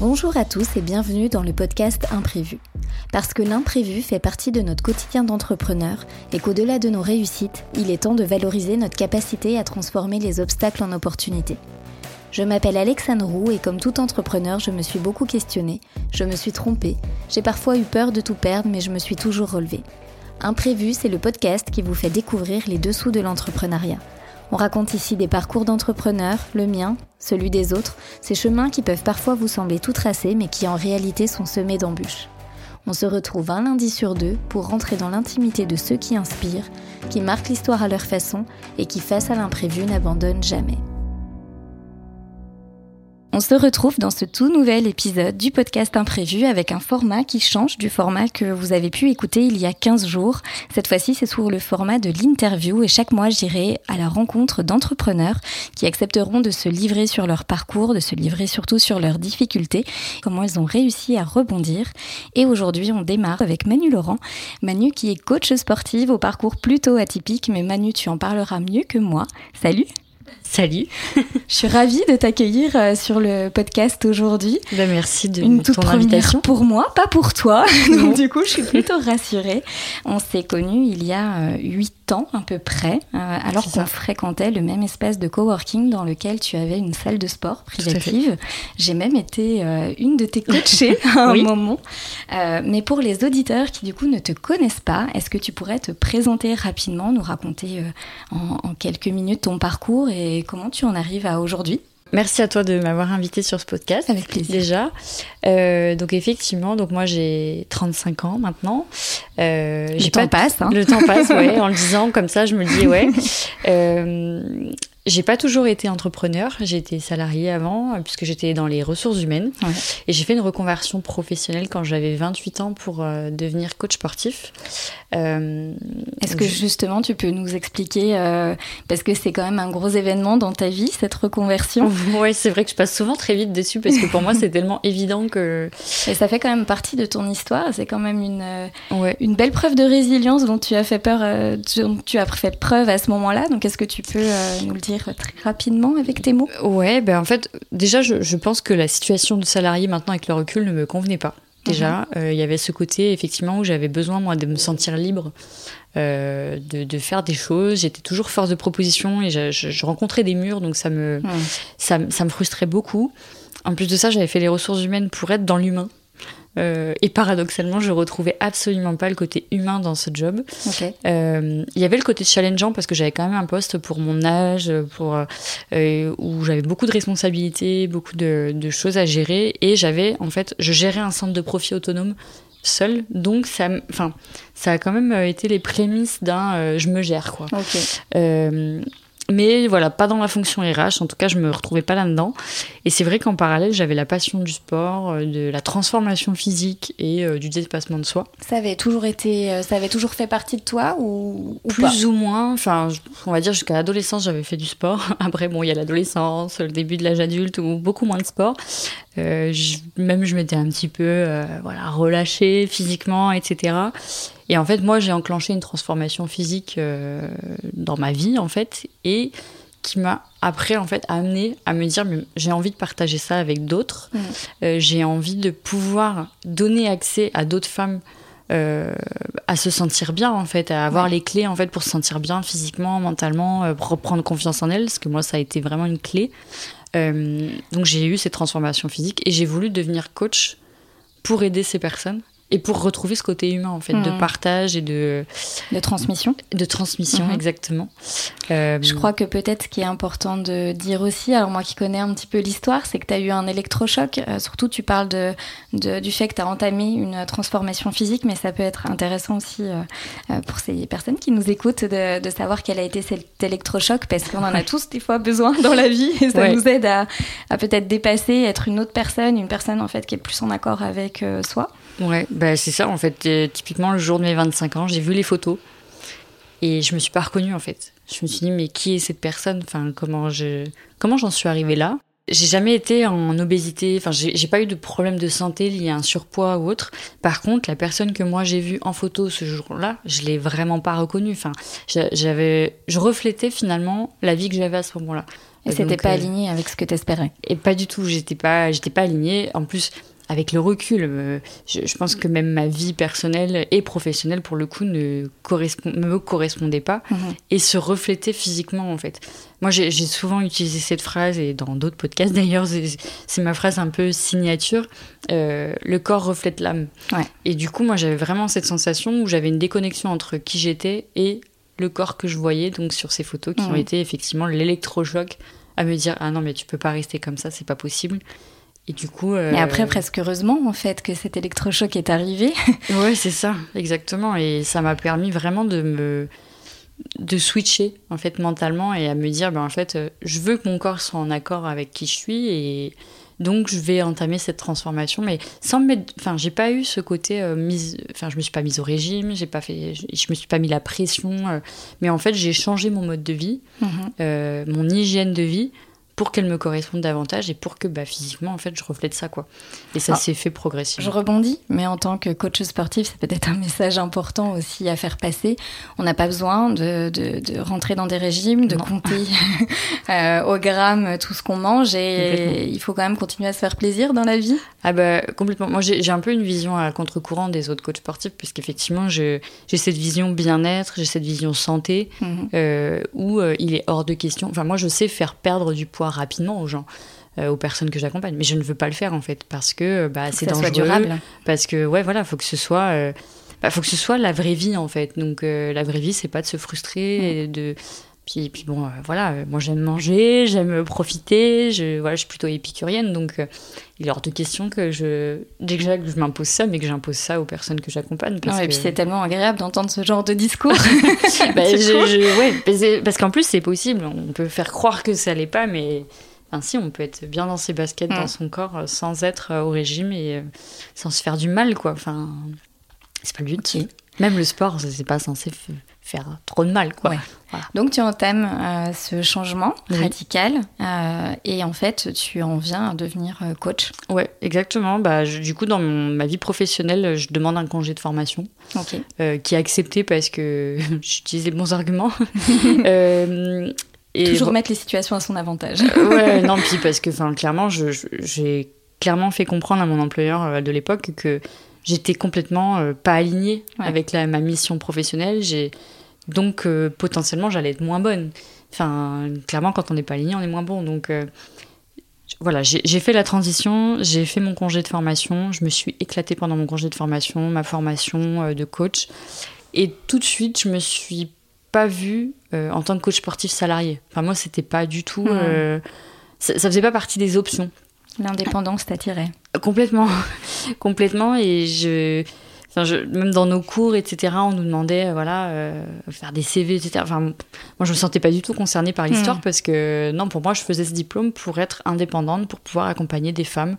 Bonjour à tous et bienvenue dans le podcast Imprévu. Parce que l'imprévu fait partie de notre quotidien d'entrepreneur et qu'au-delà de nos réussites, il est temps de valoriser notre capacité à transformer les obstacles en opportunités. Je m'appelle Alexandre Roux et comme tout entrepreneur, je me suis beaucoup questionnée, je me suis trompée, j'ai parfois eu peur de tout perdre mais je me suis toujours relevée. Imprévu, c'est le podcast qui vous fait découvrir les dessous de l'entrepreneuriat. On raconte ici des parcours d'entrepreneurs, le mien, celui des autres, ces chemins qui peuvent parfois vous sembler tout tracés mais qui en réalité sont semés d'embûches. On se retrouve un lundi sur deux pour rentrer dans l'intimité de ceux qui inspirent, qui marquent l'histoire à leur façon et qui, face à l'imprévu, n'abandonnent jamais. On se retrouve dans ce tout nouvel épisode du podcast Imprévu avec un format qui change du format que vous avez pu écouter il y a 15 jours. Cette fois-ci, c'est sous le format de l'interview et chaque mois, j'irai à la rencontre d'entrepreneurs qui accepteront de se livrer sur leur parcours, de se livrer surtout sur leurs difficultés, comment ils ont réussi à rebondir. Et aujourd'hui, on démarre avec Manu Laurent. Manu qui est coach sportive au parcours plutôt atypique, mais Manu, tu en parleras mieux que moi. Salut! Salut. Je suis ravie de t'accueillir sur le podcast aujourd'hui. Merci de Une toute ton première invitation. Pour moi, pas pour toi. Donc du coup, je suis plutôt rassurée. On s'est connus il y a 8 ans à peu près, alors qu'on fréquentait le même espace de coworking dans lequel tu avais une salle de sport privative. J'ai même été une de tes coachées à un moment. Mais pour les auditeurs qui du coup ne te connaissent pas, est-ce que tu pourrais te présenter rapidement, nous raconter en quelques minutes ton parcours et comment tu en arrives à aujourd'hui? Merci à toi de m'avoir invitée sur ce podcast. Avec plaisir. Déjà. Donc effectivement, moi j'ai 35 ans maintenant. Le temps passe. Le temps passe, ouais. En le disant comme ça, je me dis ouais. J'ai pas toujours été entrepreneur, j'ai été salariée avant, puisque j'étais dans les ressources humaines. Ouais. Et j'ai fait une reconversion professionnelle quand j'avais 28 ans pour devenir coach sportif. Est-ce que justement tu peux nous expliquer, parce que c'est quand même un gros événement dans ta vie, cette reconversion? Ouais, c'est vrai que je passe souvent très vite dessus, parce que pour moi c'est tellement évident que... Et ça fait quand même partie de ton histoire, c'est quand même une belle preuve de résilience dont tu as fait preuve à ce moment-là. Donc est-ce que tu peux nous le dire très rapidement avec tes mots? Ouais, en fait, déjà, je pense que la situation de salarié maintenant avec le recul ne me convenait pas. Déjà, il y avait ce côté, effectivement, où j'avais besoin, moi, de me sentir libre, de faire des choses. J'étais toujours force de proposition et je rencontrais des murs, donc ça me frustrait beaucoup. En plus de ça, j'avais fait les ressources humaines pour être dans l'humain. Et paradoxalement, je retrouvais absolument pas le côté humain dans ce job. Okay. Il y avait le côté challengeant parce que j'avais quand même un poste pour mon âge, où j'avais beaucoup de responsabilités, beaucoup de choses à gérer, et je gérais un centre de profit autonome seule, donc ça a quand même été les prémices d'un je me gère, quoi. Okay. Mais voilà, pas dans la fonction RH, en tout cas je me retrouvais pas là-dedans. Et c'est vrai qu'en parallèle, j'avais la passion du sport, de la transformation physique et du dépassement de soi. Ça avait toujours fait partie de toi ou plus pas? Ou moins, on va dire jusqu'à l'adolescence, j'avais fait du sport. Après, il y a l'adolescence, le début de l'âge adulte où beaucoup moins de sport. Je m'étais un petit peu relâchée physiquement, etc. Et en fait, moi, j'ai enclenché une transformation physique dans ma vie, en fait, et qui m'a après, en fait, amenée à me dire, mais j'ai envie de partager ça avec d'autres. J'ai envie de pouvoir donner accès à d'autres femmes à se sentir bien, en fait, à avoir les clés, en fait, pour se sentir bien physiquement, mentalement, pour reprendre confiance en elles, parce que moi, ça a été vraiment une clé. Donc, j'ai eu cette transformation physique et j'ai voulu devenir coach pour aider ces personnes. Et pour retrouver ce côté humain, en fait, de partage et de transmission. De transmission, exactement. Je crois que peut-être ce qui est important de dire aussi, alors moi qui connais un petit peu l'histoire, c'est que tu as eu un électrochoc. Surtout, tu parles du fait que tu as entamé une transformation physique, mais ça peut être intéressant aussi pour ces personnes qui nous écoutent de savoir quel a été cet électrochoc, parce qu'on en a tous des fois besoin dans la vie et ça nous aide à peut-être dépasser, être une autre personne, une personne en fait qui est plus en accord avec soi. Ouais, c'est ça en fait. Typiquement, le jour de mes 25 ans, j'ai vu les photos et je me suis pas reconnue en fait. Je me suis dit, mais qui est cette personne? Comment j'en suis arrivée là? J'ai jamais été en obésité, j'ai pas eu de problème de santé lié à un surpoids ou autre. Par contre, la personne que moi j'ai vue en photo ce jour-là, je l'ai vraiment pas reconnue. Je reflétais finalement la vie que j'avais à ce moment-là. Et c'était pas aligné avec ce que t'espérais. Et pas du tout, j'étais pas alignée. En plus, avec le recul, je pense que même ma vie personnelle et professionnelle, pour le coup, me correspondait pas et se reflétait physiquement, en fait. Moi, j'ai souvent utilisé cette phrase, et dans d'autres podcasts d'ailleurs, c'est ma phrase un peu signature, le corps reflète l'âme. Ouais. Et du coup, moi, j'avais vraiment cette sensation où j'avais une déconnexion entre qui j'étais et le corps que je voyais, donc sur ces photos qui ont été effectivement l'électrochoc à me dire « Ah non, mais tu peux pas rester comme ça, c'est pas possible ». Et du coup... Et après, presque heureusement, en fait, que cet électrochoc est arrivé. Ouais, c'est ça, exactement. Et ça m'a permis vraiment de switcher, en fait, mentalement, et à me dire, en fait, je veux que mon corps soit en accord avec qui je suis, et donc je vais entamer cette transformation. Mais sans me mettre... Enfin, j'ai pas eu ce côté... je me suis pas mise au régime, je me suis pas mis la pression, mais en fait, j'ai changé mon mode de vie, mon hygiène de vie, pour qu'elle me corresponde davantage et pour que physiquement, en fait, je reflète ça, quoi. Et ça s'est fait progressivement. Je rebondis, mais en tant que coach sportif, c'est peut-être un message important aussi à faire passer. On n'a pas besoin de rentrer dans des régimes, de compter au gramme tout ce qu'on mange, et il faut quand même continuer à se faire plaisir dans la vie. Ah complètement. Moi, j'ai un peu une vision à contre-courant des autres coachs sportifs, puisqu'effectivement, j'ai cette vision bien-être, j'ai cette vision santé, où il est hors de question... Enfin, moi, je sais faire perdre du poids rapidement aux gens, aux personnes que j'accompagne, mais je ne veux pas le faire en fait parce que c'est dangereux, soit durable. Parce que faut que ce soit la vraie vie en fait. Donc la vraie vie, c'est pas de se frustrer et de puis moi j'aime manger, j'aime profiter, je suis plutôt épicurienne, donc il est hors de question que déjà que je m'impose ça, mais que j'impose ça aux personnes que j'accompagne. Et puis c'est tellement agréable d'entendre ce genre de discours. Parce qu'en plus c'est possible, on peut faire croire que ça l'est pas, mais si, on peut être bien dans ses baskets, dans son corps, sans être au régime et sans se faire du mal, quoi. Enfin, c'est pas le but. Okay. Même le sport, c'est pas censé faire trop de mal, quoi. Ouais. Voilà. Donc tu entames ce changement radical et en fait tu en viens à devenir coach. Ouais, exactement. Du coup, dans ma vie professionnelle, je demande un congé de formation qui est accepté parce que j'utilise les bons arguments. Et toujours mettre les situations à son avantage. Puis parce que clairement, j'ai clairement fait comprendre à mon employeur de l'époque que j'étais complètement pas alignée avec ma mission professionnelle. Donc potentiellement, j'allais être moins bonne. Enfin, clairement, quand on n'est pas aligné, on est moins bon. Donc j'ai fait la transition, j'ai fait mon congé de formation, je me suis éclatée pendant mon congé de formation, ma formation de coach. Et tout de suite, je me suis pas vue en tant que coach sportif salarié. Enfin, moi, c'était pas du tout... ça faisait pas partie des options. L'indépendance t'attirait. Complètement. Et même dans nos cours, etc., on nous demandait, faire des CV, etc. Enfin, moi, je me sentais pas du tout concernée par l'histoire parce que, non, pour moi, je faisais ce diplôme pour être indépendante, pour pouvoir accompagner des femmes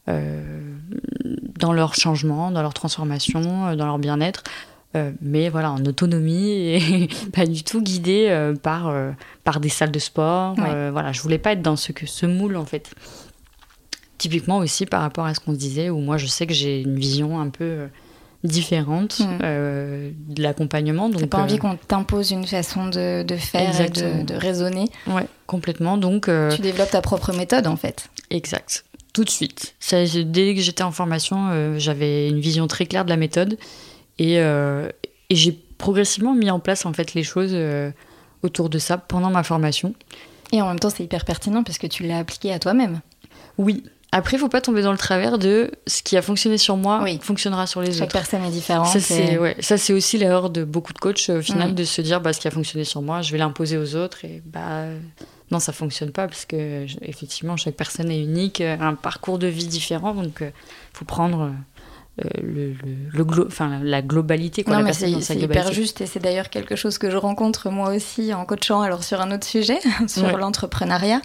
dans leur changement, dans leur transformation, dans leur bien-être. Mais en autonomie et pas du tout guidée par des salles de sport. Je voulais pas être dans ce moule, en fait. Typiquement aussi par rapport à ce qu'on se disait, où moi je sais que j'ai une vision un peu différente de l'accompagnement. T'as pas envie qu'on t'impose une façon de faire et de raisonner. Ouais, complètement. Donc, tu développes ta propre méthode en fait. Exact. Tout de suite. Dès que j'étais en formation, j'avais une vision très claire de la méthode et j'ai progressivement mis en place en fait les choses autour de ça pendant ma formation. Et en même temps, c'est hyper pertinent parce que tu l'as appliqué à toi-même. Oui. Après, il ne faut pas tomber dans le travers de ce qui a fonctionné sur moi fonctionnera sur les autres. Chaque personne est différente. Ça, c'est aussi l'erreur de beaucoup de coachs, au final, de se dire ce qui a fonctionné sur moi, je vais l'imposer aux autres. Et non, ça ne fonctionne pas parce que, effectivement, chaque personne est unique, a un parcours de vie différent. Donc, il faut prendre la globalité. Non, mais c'est hyper juste. Et c'est d'ailleurs quelque chose que je rencontre moi aussi en coachant, alors sur un autre sujet, sur l'entrepreneuriat.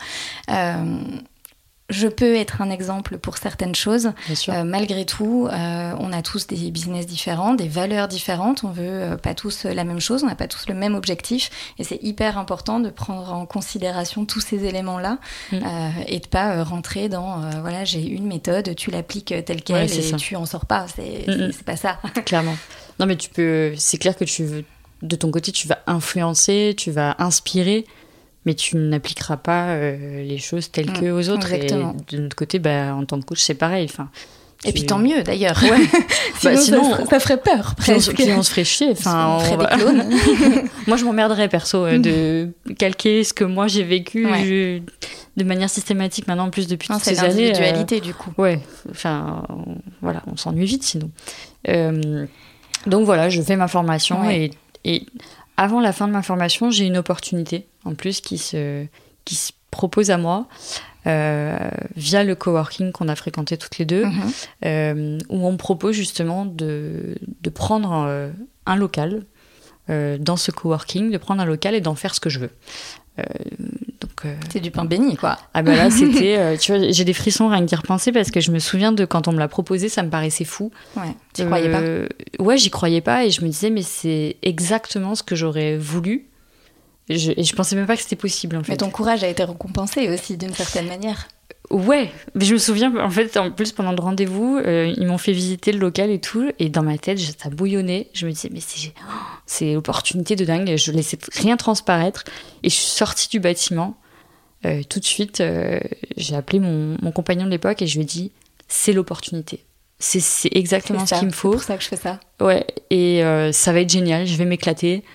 Je peux être un exemple pour certaines choses. Malgré tout, on a tous des business différents, des valeurs différentes. On veut pas tous la même chose, on n'a pas tous le même objectif. Et c'est hyper important de prendre en considération tous ces éléments-là et de pas rentrer dans j'ai une méthode, tu l'appliques telle quelle tu en sors pas. C'est pas ça. Clairement. Non, mais c'est clair que de ton côté, tu vas influencer, tu vas inspirer. mais tu n'appliqueras pas les choses telles que aux autres. Exactement. Et de notre côté, en tant que coach, c'est pareil. Enfin, et puis tant mieux d'ailleurs. Ouais. sinon ça ferait peur. Puis on se ferait chier. Enfin, on ferait des clones. Moi, je m'emmerderais perso de calquer ce que moi j'ai vécu de manière systématique maintenant, en plus depuis toutes ces années. C'est l'individualité du coup. Ouais. Enfin, voilà, on s'ennuie vite sinon. Donc voilà, je fais ma formation et avant la fin de ma formation, j'ai une opportunité en plus qui se propose à moi. Via le coworking qu'on a fréquenté toutes les deux, où on me propose justement de prendre un local dans ce coworking, de prendre un local et d'en faire ce que je veux. C'est du pain béni, quoi. Ah bah là, c'était... tu vois, j'ai des frissons rien que d'y repenser parce que je me souviens de quand on me l'a proposé, ça me paraissait fou. Ouais, t'y croyais pas? Ouais, j'y croyais pas et je me disais, mais c'est exactement ce que j'aurais voulu. Et je pensais même pas que c'était possible, en fait. Mais ton courage a été récompensé aussi, d'une certaine manière. Ouais, mais je me souviens, en fait, en plus, pendant le rendez-vous, ils m'ont fait visiter le local et tout, et dans ma tête, ça bouillonnait. Je me disais, mais c'est l'opportunité de dingue, je laissais rien transparaître, et je suis sortie du bâtiment. Tout de suite, j'ai appelé mon compagnon de l'époque, et je lui ai dit, c'est l'opportunité. C'est exactement ce qu'il me faut. C'est pour ça que je fais ça. Ouais, et ça va être génial, je vais m'éclater.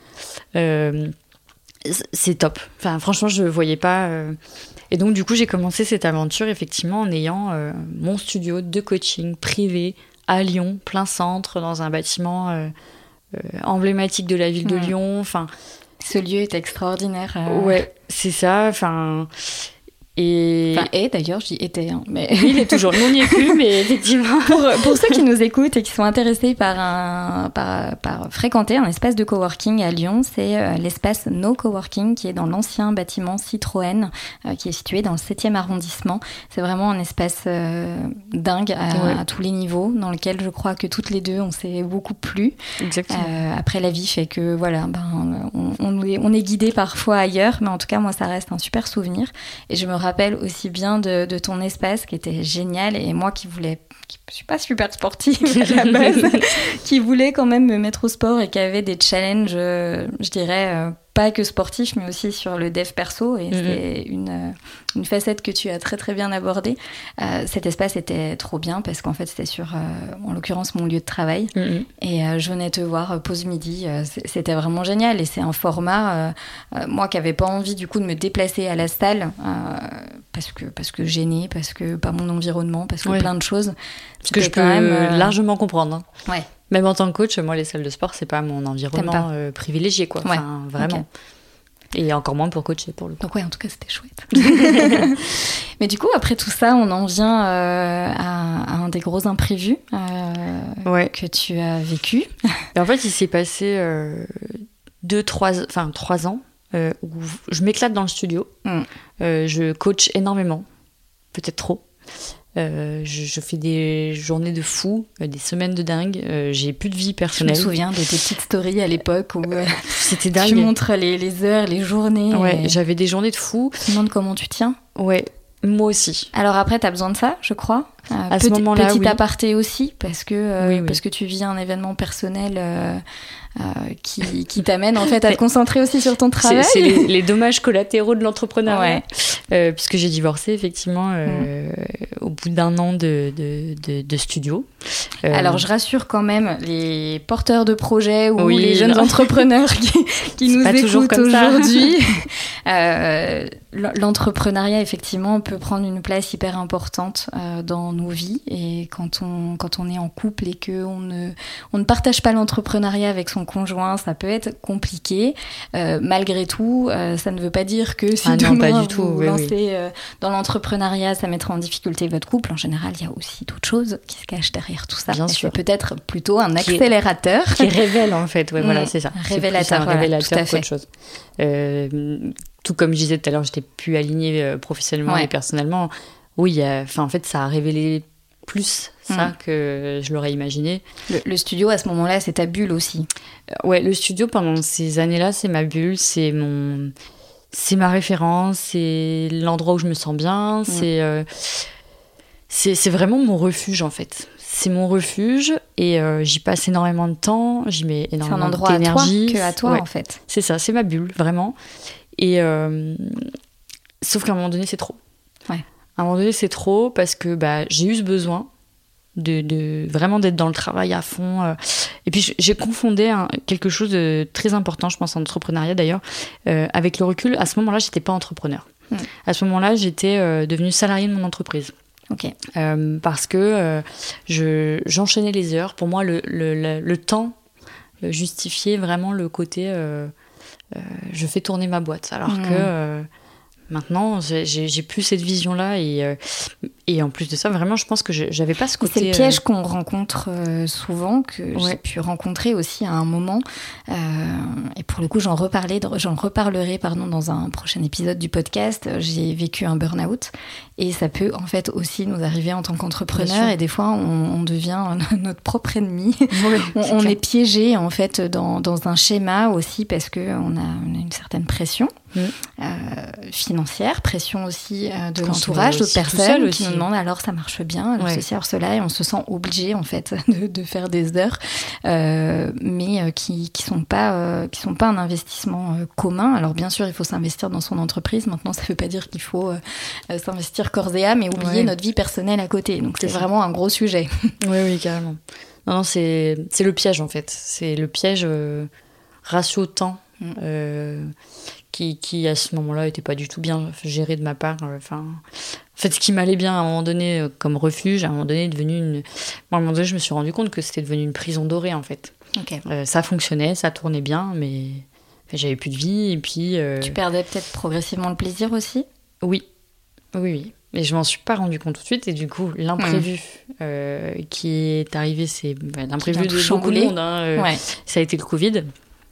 C'est top. Enfin, franchement, je voyais pas. Et donc, du coup, j'ai commencé cette aventure effectivement en ayant mon studio de coaching privé à Lyon, plein centre, dans un bâtiment emblématique de la ville de Lyon. Enfin, ce lieu est extraordinaire. Ouais, c'est ça. Enfin. Et d'ailleurs, j'y étais. Hein, mais... Oui, il est toujours. Nous, on n'y est plus, mais effectivement. Pour ceux qui nous écoutent et qui sont intéressés par fréquenter un espace de coworking à Lyon, c'est l'espace No Coworking qui est dans l'ancien bâtiment Citroën, qui est situé dans le 7e arrondissement. C'est vraiment un espace dingue à tous les niveaux, dans lequel je crois que toutes les deux, on s'est beaucoup plu. Exactement. Après, la vie fait que, voilà, on est guidé parfois ailleurs, mais en tout cas, moi, ça reste un super souvenir. Et je me rappelle aussi bien de ton espace qui était génial, et moi qui suis pas super sportive à la base, qui voulait quand même me mettre au sport et qui avait des challenges, je dirais, pas que sportifs, mais aussi sur le dev perso, et c'est une facette que tu as très très bien abordée. Cet espace était trop bien parce qu'en fait c'était sur, en l'occurrence, mon lieu de travail, et je venais te voir pause midi, c'était vraiment génial, et c'est un format, moi qui n'avais pas envie du coup de me déplacer à la salle, parce que gênée, parce que pas mon environnement, parce que plein de choses. Ce que je peux largement comprendre. Hein. Ouais. Même en tant que coach, moi, les salles de sport, c'est pas mon environnement privilégié, quoi. Ouais. Enfin, vraiment. Okay. Et encore moins pour coacher, pour le coup. Donc ouais, en tout cas, c'était chouette. Mais du coup, après tout ça, on en vient à un des gros imprévus que tu as vécu. Et en fait, il s'est passé 3 ans où je m'éclate dans le studio. Je coach énormément, peut-être trop. Je fais des journées de fou, des semaines de dingue. J'ai plus de vie personnelle. Je me souviens de tes petites stories à l'époque où c'était dingue. Tu montres les heures, les journées. Ouais, j'avais des journées de fou. Tu te demandes comment tu tiens. Ouais, moi aussi. Alors après, t'as besoin de ça, je crois. À ce moment-là, petit aparté aussi, parce que parce que tu vis un événement personnel qui t'amène en fait à te concentrer aussi sur ton travail. C'est les dommages collatéraux de l'entrepreneuriat. Puisque j'ai divorcé effectivement au bout d'1 an de studio. Alors je rassure quand même les porteurs de projets ou les jeunes entrepreneurs qui nous écoutent aujourd'hui. L'entrepreneuriat effectivement peut prendre une place hyper importante dans nos vies, et quand on est en couple et que on ne partage pas l'entrepreneuriat avec son conjoint, ça peut être compliqué. Malgré tout, ça ne veut pas dire que si demain vous lancez dans l'entrepreneuriat, ça mettra en difficulté votre couple. En général, il y a aussi d'autres choses qui se cachent derrière tout ça. Bien sûr. C'est peut-être plutôt un accélérateur. Qui révèle en fait, voilà, c'est ça. Révélateur, c'est un révélateur qu'autre chose. Tout comme je disais tout à l'heure, j'étais plus alignée professionnellement et personnellement. Oui, en fait, ça a révélé plus ça que je l'aurais imaginé. Le studio, à ce moment-là, c'est ta bulle aussi. Ouais, le studio, pendant ces années-là, c'est ma bulle, c'est ma référence, c'est l'endroit où je me sens bien, c'est vraiment mon refuge, en fait. C'est mon refuge, et j'y passe énormément de temps, j'y mets énormément d'énergie. C'est un endroit à toi, en fait. C'est ça, c'est ma bulle, vraiment. Et sauf qu'à un moment donné, c'est trop. Ouais. À un moment donné, c'est trop parce que j'ai eu ce besoin de vraiment d'être dans le travail à fond. Et puis, j'ai confondé quelque chose de très important, je pense, en entrepreneuriat d'ailleurs. Avec le recul, à ce moment-là, j'étais pas entrepreneur. À ce moment-là, j'étais devenue salariée de mon entreprise. Ok. Parce que j'enchaînais les heures. Pour moi, le temps justifiait vraiment le côté je fais tourner ma boîte. Alors que maintenant, j'ai plus cette vision-là. Et en plus de ça, vraiment, je pense que j'avais pas ce côté... C'est le piège qu'on rencontre souvent, que j'ai pu rencontrer aussi à un moment. Et pour le coup, j'en reparlerai dans un prochain épisode du podcast. J'ai vécu un burn-out. Et ça peut en fait aussi nous arriver en tant qu'entrepreneur. Et des fois, on devient notre propre ennemi. On est piégé en fait dans un schéma aussi parce qu'on a une certaine pression. Financière, pression aussi de l'entourage, d'autres personnes qui nous demandent alors ça marche bien, alors ceci, alors cela, et on se sent obligé en fait de faire des heures, mais qui sont pas un investissement commun. Alors bien sûr, il faut s'investir dans son entreprise. Maintenant, ça veut pas dire qu'il faut s'investir corps et âme et oublier notre vie personnelle à côté. Donc c'est vraiment un gros sujet. Oui, carrément. Non, c'est le piège en fait. C'est le piège ratio temps. Qui à ce moment-là était pas du tout bien géré de ma part. En fait, ce qui m'allait bien à un moment donné comme refuge, à un moment donné est devenu moi, à un moment donné, je me suis rendu compte que c'était devenu une prison dorée en fait. Okay. Ça fonctionnait, ça tournait bien, mais j'avais plus de vie et puis. Tu perdais peut-être progressivement le plaisir aussi. Oui. Mais je m'en suis pas rendu compte tout de suite et du coup l'imprévu qui est arrivé, c'est l'imprévu de beaucoup de monde. Ça a été le Covid.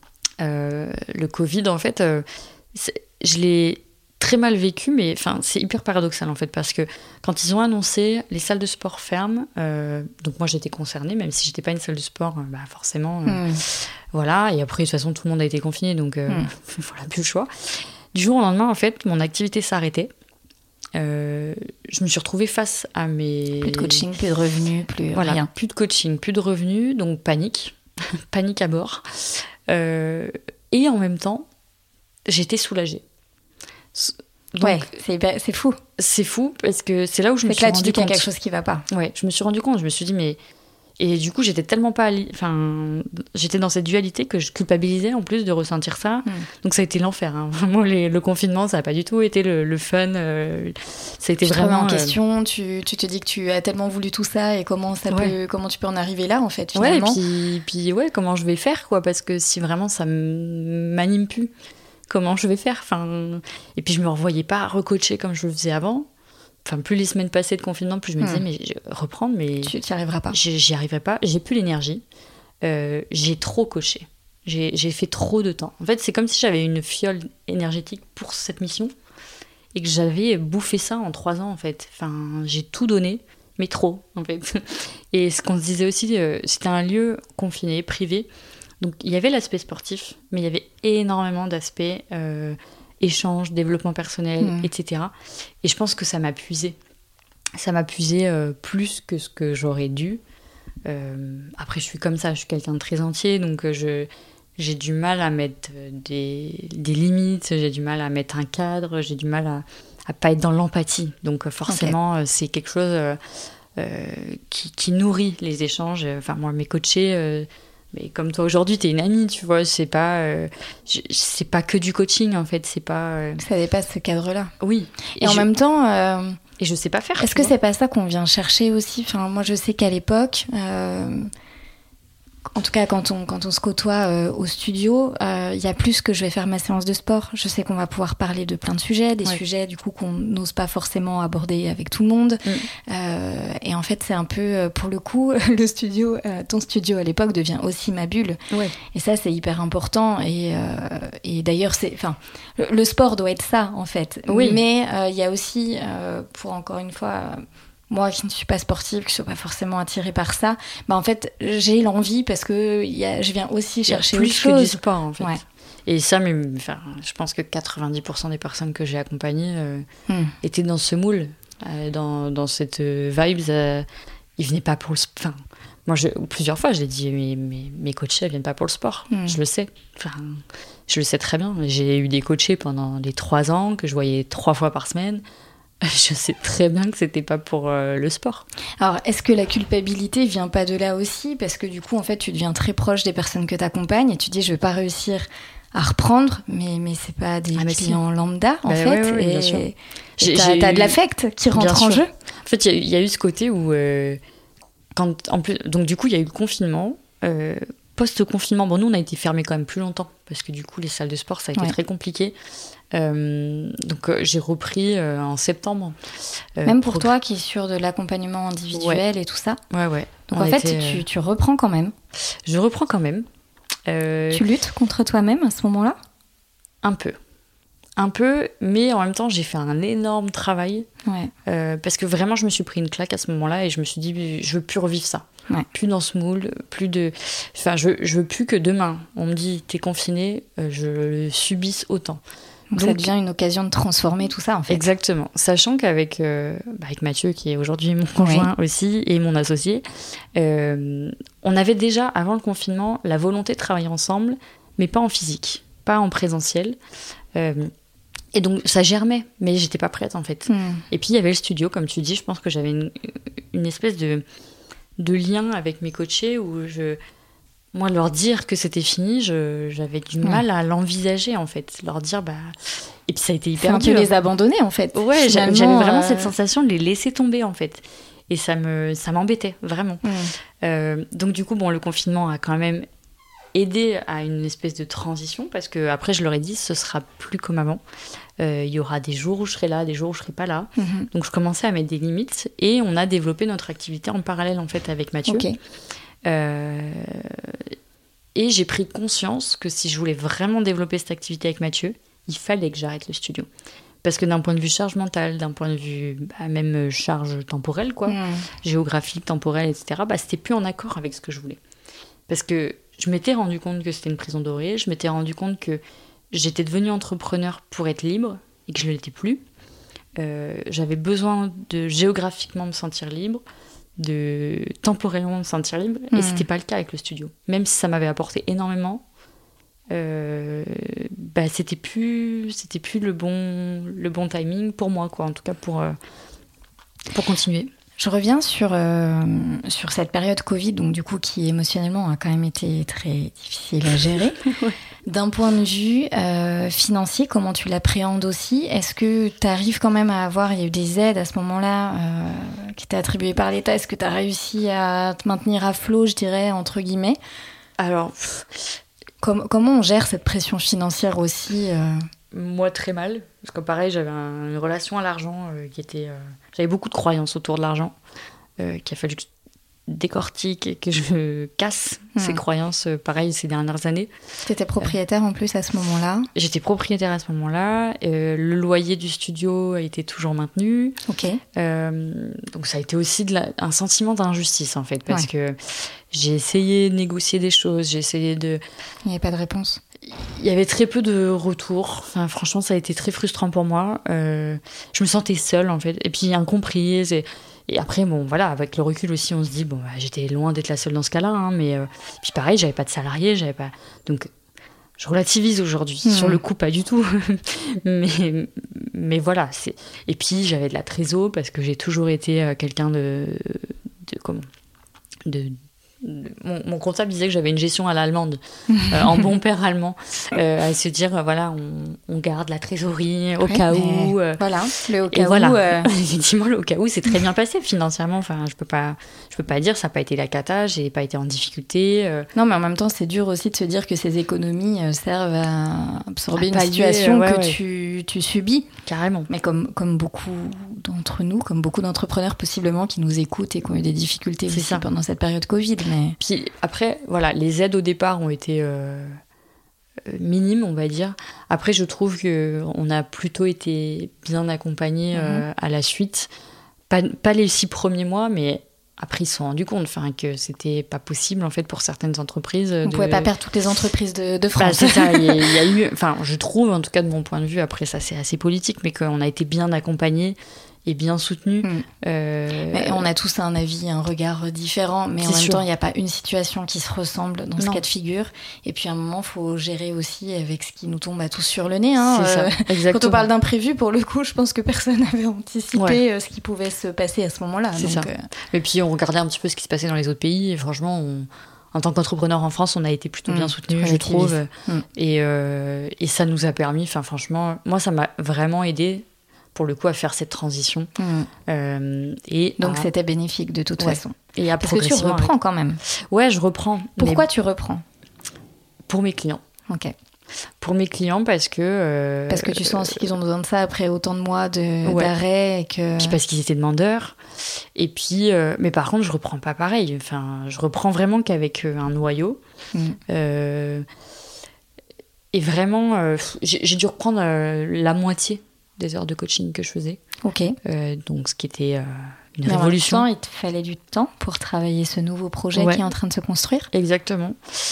Le Covid, en fait, je l'ai très mal vécu, mais c'est hyper paradoxal en fait, parce que quand ils ont annoncé les salles de sport ferment, donc moi j'étais concernée, même si j'étais pas une salle de sport, forcément, voilà. Et après de toute façon tout le monde a été confiné, donc voilà, plus le choix. Du jour au lendemain, en fait, mon activité s'est arrêtée. Je me suis retrouvée face à mes... Plus de coaching, plus de revenus, rien. Plus de coaching, plus de revenus, donc panique à bord. Et en même temps, j'étais soulagée. Donc, c'est fou. C'est fou parce que c'est là où je me suis rendu compte. C'est que là, tu dis qu'il y a quelque chose qui va pas. Ouais, je me suis rendu compte. Je me suis dit, mais... Et du coup, j'étais tellement pas... j'étais dans cette dualité que je culpabilisais en plus de ressentir ça. Donc ça a été l'enfer. Hein. Vraiment, le confinement, ça n'a pas du tout été le fun. Ça a été vraiment... en question, tu te dis que tu as tellement voulu tout ça et comment tu peux en arriver là, en fait, finalement. Ouais, et puis comment je vais faire, quoi. Parce que si vraiment ça m'anime plus, comment je vais faire Et puis je me revoyais pas recoacher comme je le faisais avant. Plus les semaines passées de confinement, plus je me disais, mais reprendre, mais... Tu n'y arriveras pas. J'y arriverai pas, j'ai plus l'énergie. J'ai trop coché. J'ai fait trop de temps. En fait, c'est comme si j'avais une fiole énergétique pour cette mission et que j'avais bouffé ça en 3 ans, en fait. J'ai tout donné, mais trop, en fait. Et ce qu'on se disait aussi, c'était un lieu confiné, privé. Donc, il y avait l'aspect sportif, mais il y avait énormément d'aspects... échange, développement personnel, etc. Et je pense que ça m'a puisé. Ça m'a puisé plus que ce que j'aurais dû. Après, je suis comme ça, je suis quelqu'un de très entier, donc j'ai du mal à mettre des limites, j'ai du mal à mettre un cadre, j'ai du mal à pas être dans l'empathie. Donc forcément, c'est quelque chose qui nourrit les échanges. Moi, mes coachés... mais comme toi aujourd'hui, t'es une amie, tu vois, c'est pas que du coaching en fait, c'est pas. Ça dépasse ce cadre-là. Oui. Et en même temps. Et je sais pas faire. Est-ce que c'est pas ça qu'on vient chercher aussi ? Moi, je sais qu'à l'époque, en tout cas quand on se côtoie au studio, il y a plus que je vais faire ma séance de sport. Je sais qu'on va pouvoir parler de plein de sujets, sujets du coup qu'on n'ose pas forcément aborder avec tout le monde. Et en fait, c'est un peu, pour le coup, le studio, ton studio à l'époque devient aussi ma bulle. Ouais. Et ça, c'est hyper important. Et d'ailleurs, le sport doit être ça, en fait. Oui. Mais il y a aussi, pour encore une fois... moi qui ne suis pas sportive, qui ne suis pas forcément attirée par ça, en fait, j'ai l'envie parce que je viens aussi chercher autre chose. Plus que du sport, en fait. Ouais. Et ça, je pense que 90% des personnes que j'ai accompagnées étaient dans ce moule, dans cette vibes. Ils venaient pas pour Moi, plusieurs fois, je l'ai dit, mes coachés, elles viennent pas pour le sport. Je le sais. Enfin, je le sais très bien. J'ai eu des coachés pendant les 3 ans que je voyais 3 fois par semaine. Je sais très bien que c'était pas pour le sport. Alors, est-ce que la culpabilité vient pas de là aussi ? Parce que du coup, en fait, tu deviens très proche des personnes que tu accompagnes et tu dis, je vais pas réussir à reprendre, mais c'est pas des clients lambda, en fait. Ouais, bien sûr. T'as de l'affect qui rentre en jeu. En fait, il y a eu ce côté où... donc, du coup, il y a eu le confinement. Post-confinement, bon, nous, on a été fermés quand même plus longtemps parce que du coup, les salles de sport, ça a été très compliqué. Donc j'ai repris en septembre. Même pour toi qui est sur de l'accompagnement individuel et tout ça. Ouais. Donc en fait, tu reprends quand même. Je reprends quand même. Tu luttes contre toi-même à ce moment-là ? Un peu, mais en même temps, j'ai fait un énorme travail. Parce que vraiment, je me suis pris une claque à ce moment-là et je me suis dit, je veux plus revivre ça. Plus dans ce moule, plus de... Enfin, je veux plus que demain, on me dit, t'es confiné, je le subisse autant. Donc ça devient une occasion de transformer tout ça, en fait. Exactement. Sachant qu'avec avec Mathieu, qui est aujourd'hui mon conjoint aussi, et mon associé, on avait déjà, avant le confinement, la volonté de travailler ensemble, mais pas en physique, pas en présentiel. Et donc, ça germait, mais j'étais pas prête, en fait. Et puis, il y avait le studio, comme tu dis, je pense que j'avais une espèce de lien avec mes coachés où moi, leur dire que c'était fini, j'avais du mal à l'envisager, en fait. Leur dire, Et puis, ça a été hyper dur. Un peu les abandonner, en fait. Ouais, j'avais vraiment cette sensation de les laisser tomber, en fait. Et ça m'embêtait, vraiment. Donc, du coup, le confinement a quand même aidé à une espèce de transition, parce que après je leur ai dit, ce sera plus comme avant. Il y aura des jours où je serai là, des jours où je serai pas là. Donc, je commençais à mettre des limites et on a développé notre activité en parallèle, en fait, avec Mathieu. Et j'ai pris conscience que si je voulais vraiment développer cette activité avec Mathieu, il fallait que j'arrête le studio. Parce que d'un point de vue charge mentale, d'un point de vue même charge temporelle, géographique, temporelle, etc., c'était plus en accord avec ce que je voulais. Parce que je m'étais rendu compte que c'était une prison dorée, je m'étais rendu compte que j'étais devenue entrepreneur pour être libre et que je ne l'étais plus. J'avais besoin de géographiquement me sentir libre, de temporellement me sentir libre, et c'était pas le cas avec le studio. Même si ça m'avait apporté énormément, c'était plus le bon timing pour moi, en tout cas pour continuer. Je reviens sur cette période Covid, donc du coup qui émotionnellement a quand même été très difficile à gérer. D'un point de vue financier, comment tu l'appréhendes aussi ? Est-ce que tu arrives quand même à avoir, il y a eu des aides à ce moment-là qui étaient attribuées par l'État, est-ce que tu as réussi à te maintenir à flot, je dirais, entre guillemets ? Alors, comment on gère cette pression financière aussi Moi, très mal. Parce que pareil, j'avais une relation à l'argent qui était... J'avais beaucoup de croyances autour de l'argent, qu'il a fallu que je décortique et que je casse ces croyances, pareil, ces dernières années. Tu étais propriétaire en plus à ce moment-là ? J'étais propriétaire à ce moment-là. Le loyer du studio a été toujours maintenu. Donc ça a été aussi un sentiment d'injustice, en fait, parce que j'ai essayé de négocier des choses, j'ai essayé de... Il n'y avait pas de réponse ? Il y avait très peu de retours. Enfin, franchement, ça a été très frustrant pour moi. Je me sentais seule, en fait. Et puis, incomprise. Et après, avec le recul aussi, on se dit, j'étais loin d'être la seule dans ce cas-là. Mais puis pareil, j'avais pas de salarié, j'avais pas... Donc, je relativise aujourd'hui. Sur le coup, pas du tout. mais voilà. Et puis, j'avais de la trésor parce que j'ai toujours été quelqu'un mon comptable disait que j'avais une gestion à l'allemande, en bon père allemand, à se dire on garde la trésorerie au cas où. Voilà, le au cas où. Effectivement, le au cas où, c'est très bien passé financièrement. Enfin, je peux pas dire ça n'a pas été la cata, j'ai pas été en difficulté. Non, mais en même temps, c'est dur aussi de se dire que ces économies servent à absorber une situation que tu subis. Carrément. Mais comme beaucoup d'entre nous, comme beaucoup d'entrepreneurs possiblement qui nous écoutent et qui ont eu des difficultés aussi pendant cette période Covid. Mais... Puis après, les aides au départ ont été minimes, on va dire. Après, je trouve qu'on a plutôt été bien accompagnés à la suite. Pas les 6 premiers mois, mais après, ils se sont rendus compte que c'était pas possible, en fait, pour certaines entreprises. On pouvait pas perdre toutes les entreprises de France. C'est ça, il y a eu... Enfin, je trouve, en tout cas, de mon point de vue, après ça, c'est assez politique, mais qu'on a été bien accompagnés. est bien soutenu. On a tous un avis, un regard différent, mais en même temps, il n'y a pas une situation qui se ressemble dans ce cas de figure. Et puis à un moment, il faut gérer aussi avec ce qui nous tombe à tous sur le nez. C'est ça, exactement. Quand on parle d'imprévu, pour le coup, je pense que personne n'avait anticipé ce qui pouvait se passer à ce moment-là. C'est ça. Et puis on regardait un petit peu ce qui se passait dans les autres pays, et franchement, en tant qu'entrepreneur en France, on a été plutôt bien soutenus, je trouve. Et ça nous a permis, franchement, moi, ça m'a vraiment aidé, pour le coup, à faire cette transition. Donc, c'était bénéfique de toute façon. Et parce que tu reprends quand même. Ouais, je reprends. Pourquoi tu reprends ? Pour mes clients. Ok. Pour mes clients, parce que tu sens aussi qu'ils ont besoin de ça après autant de mois d'arrêt. Puis parce qu'ils étaient demandeurs. Et puis, mais par contre, je reprends pas pareil. Je reprends vraiment qu'avec un noyau. Et vraiment, j'ai dû reprendre la moitié des heures de coaching que je faisais. Ok. Donc, ce qui était une révolution. En même temps, il te fallait du temps pour travailler ce nouveau projet qui est en train de se construire. Exactement.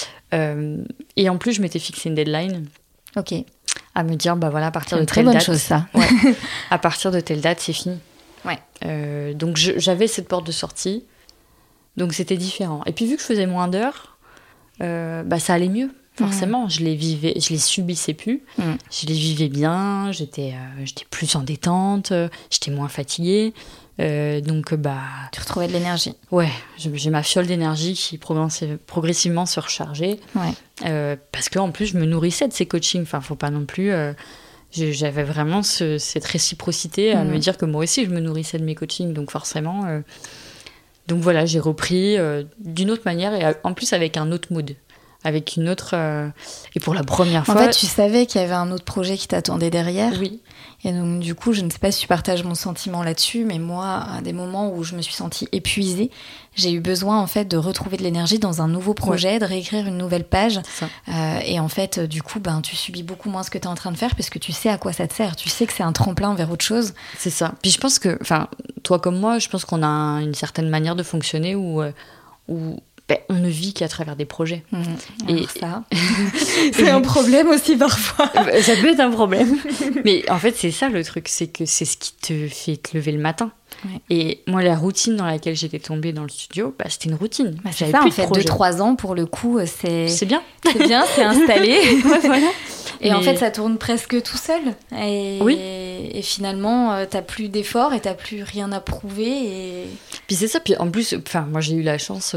Et en plus, je m'étais fixé une deadline. Ok. À me dire, à partir de telle date. C'est une très bonne chose, ça. À partir de telle date, c'est fini. Ouais. Donc, j'avais cette porte de sortie. Donc, c'était différent. Et puis, vu que je faisais moins d'heures, ça allait mieux. Forcément, je les subissais plus. Je les vivais bien. J'étais plus en détente. J'étais moins fatiguée. Donc, tu retrouvais de l'énergie. Ouais, j'ai ma fiole d'énergie qui progressivement se rechargeait. Ouais. Parce qu'en plus, je me nourrissais de ces coachings. Enfin, faut pas non plus. J'avais vraiment cette réciprocité à me dire que moi aussi, je me nourrissais de mes coachings. Donc, forcément. Donc, voilà, j'ai repris d'une autre manière et en plus avec un autre mood. Avec une autre... Et pour la première fois... En fait, tu savais qu'il y avait un autre projet qui t'attendait derrière. Oui. Et donc, du coup, je ne sais pas si tu partages mon sentiment là-dessus, mais moi, à des moments où je me suis sentie épuisée, j'ai eu besoin, en fait, de retrouver de l'énergie dans un nouveau projet, de réécrire une nouvelle page. Et en fait, du coup, tu subis beaucoup moins ce que tu es en train de faire parce que tu sais à quoi ça te sert. Tu sais que c'est un tremplin vers autre chose. C'est ça. Puis je pense que... toi comme moi, je pense qu'on a une certaine manière de fonctionner où on ne vit qu'à travers des projets. Et ça, c'est un problème aussi parfois. Ça peut être un problème. Mais en fait, c'est ça le truc, c'est que c'est ce qui te fait te lever le matin. Ouais. Et moi, la routine dans laquelle j'étais tombée dans le studio, c'était une routine. C'est ça, en fait, 2-3 ans, pour le coup, c'est bien. C'est bien, c'est installé. Voilà. Et en fait, ça tourne presque tout seul. Et finalement, t'as plus d'efforts et t'as plus rien à prouver. Et... Puis c'est ça. Puis en plus, moi, j'ai eu la chance